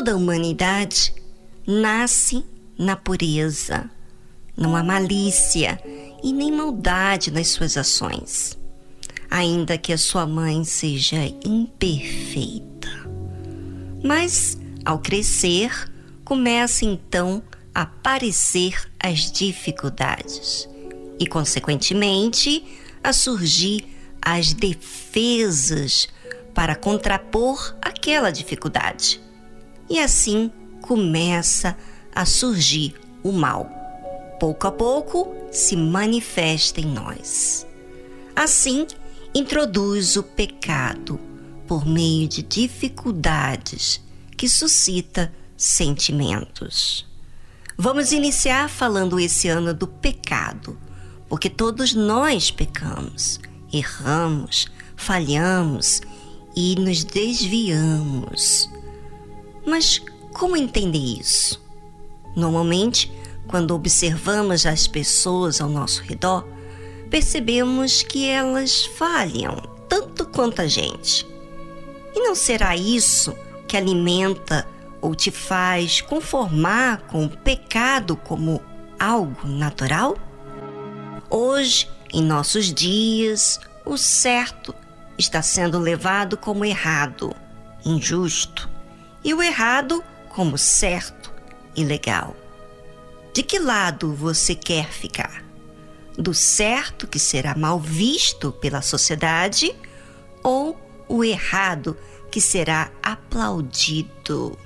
toda a humanidade nasce na pureza. Não há malícia e nem maldade nas suas ações, ainda que a sua mãe seja imperfeita. Mas, ao crescer, começa então a aparecer as dificuldades e, consequentemente, a surgir as defesas para contrapor aquela dificuldade. E assim começa a surgir o mal. Pouco a pouco se manifesta em nós. Assim, introduz o pecado por meio de dificuldades que suscita sentimentos. Vamos iniciar falando esse ano do pecado, porque todos nós pecamos, erramos, falhamos e nos desviamos. Mas como entender isso? Normalmente, quando observamos as pessoas ao nosso redor, percebemos que elas falham tanto quanto a gente. E não será isso que alimenta ou te faz conformar com o pecado como algo natural? Hoje, em nossos dias, o certo está sendo levado como errado, injusto, e o errado como certo e legal. De que lado você quer ficar? Do certo, que será mal visto pela sociedade, ou o errado, que será aplaudido?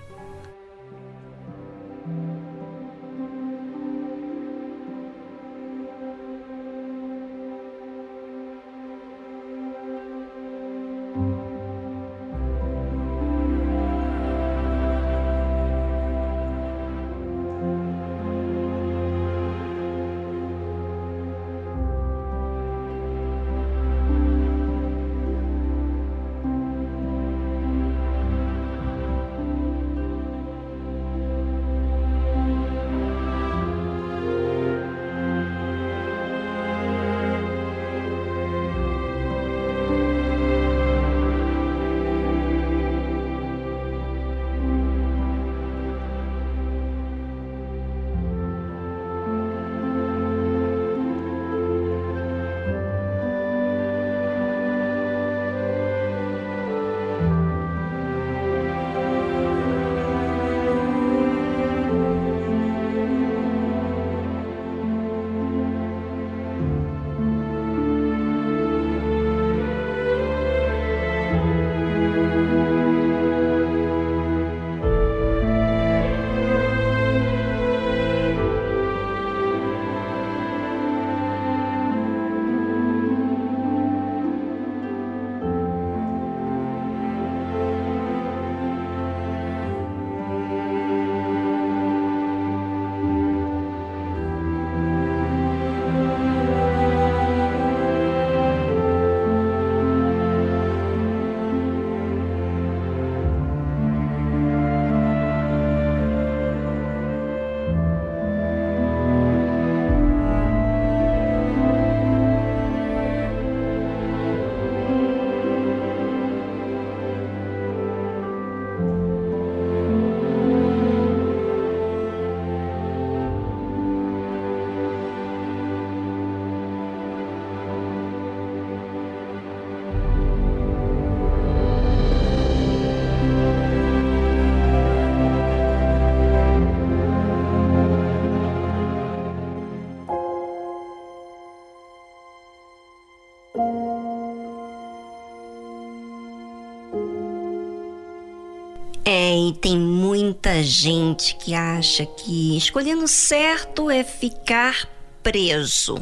E tem muita gente que acha que escolhendo certo é ficar preso.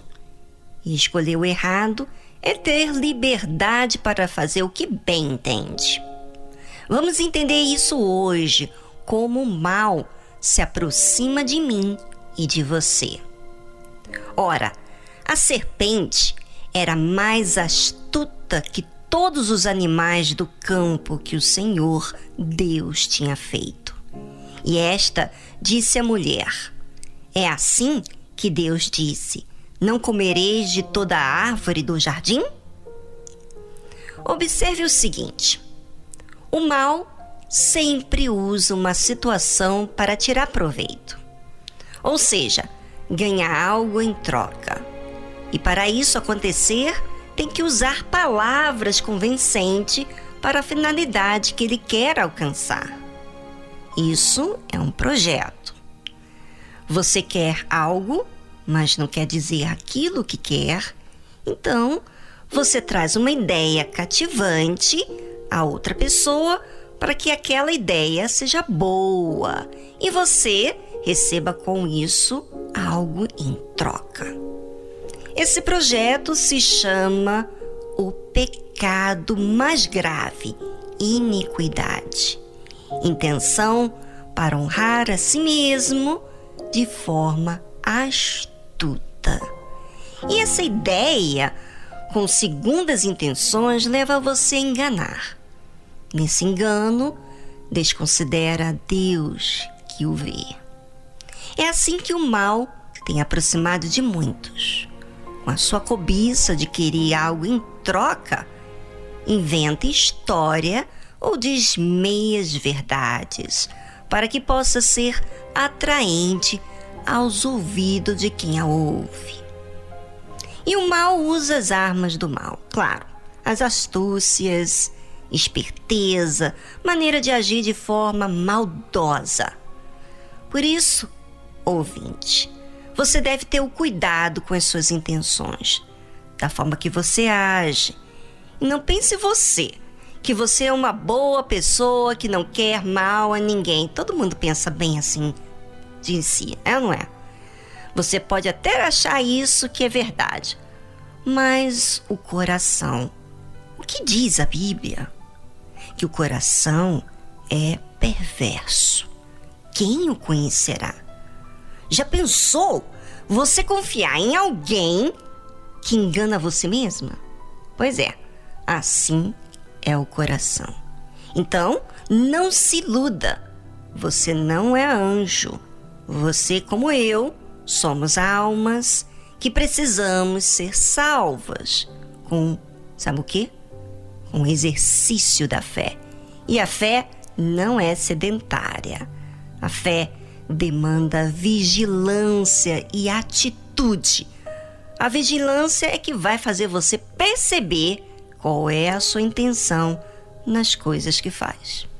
E escolher o errado é ter liberdade para fazer o que bem entende. Vamos entender isso hoje, como o mal se aproxima de mim e de você. Ora, a serpente era mais astuta que todos os animais do campo que o Senhor Deus tinha feito. E esta disse à mulher: é assim que Deus disse: não comereis de toda a árvore do jardim? Observe o seguinte: o mal sempre usa uma situação para tirar proveito. Ou seja, ganhar algo em troca. E para isso acontecer, tem que usar palavras convincentes para a finalidade que ele quer alcançar. Isso é um projeto. Você quer algo, mas não quer dizer aquilo que quer, então você traz uma ideia cativante a outra pessoa para que aquela ideia seja boa e você receba com isso algo em troca. Esse projeto se chama o pecado mais grave, iniquidade. Intenção para honrar a si mesmo de forma astuta. E essa ideia, com segundas intenções, leva você a enganar. Nesse engano, desconsidera Deus que o vê. É assim que o mal tem aproximado de muitos. Com a sua cobiça de querer algo em troca, inventa história ou diz meias verdades para que possa ser atraente aos ouvidos de quem a ouve. E o mal usa as armas do mal, claro, as astúcias, esperteza, maneira de agir de forma maldosa. Por isso, ouvinte, você deve ter o cuidado com as suas intenções, da forma que você age. E não pense que você é uma boa pessoa que não quer mal a ninguém. Todo mundo pensa bem assim de si, é ou não é? Você pode até achar isso que é verdade, mas o coração, o que diz a Bíblia? Que o coração é perverso. Quem o conhecerá? Já pensou você confiar em alguém que engana você mesma? Pois é, assim é o coração. Então, não se iluda. Você não é anjo. Você, como eu, somos almas que precisamos ser salvas com, sabe o quê? Um exercício da fé. E a fé não é sedentária. A fé demanda vigilância e atitude. A vigilância é que vai fazer você perceber qual é a sua intenção nas coisas que faz.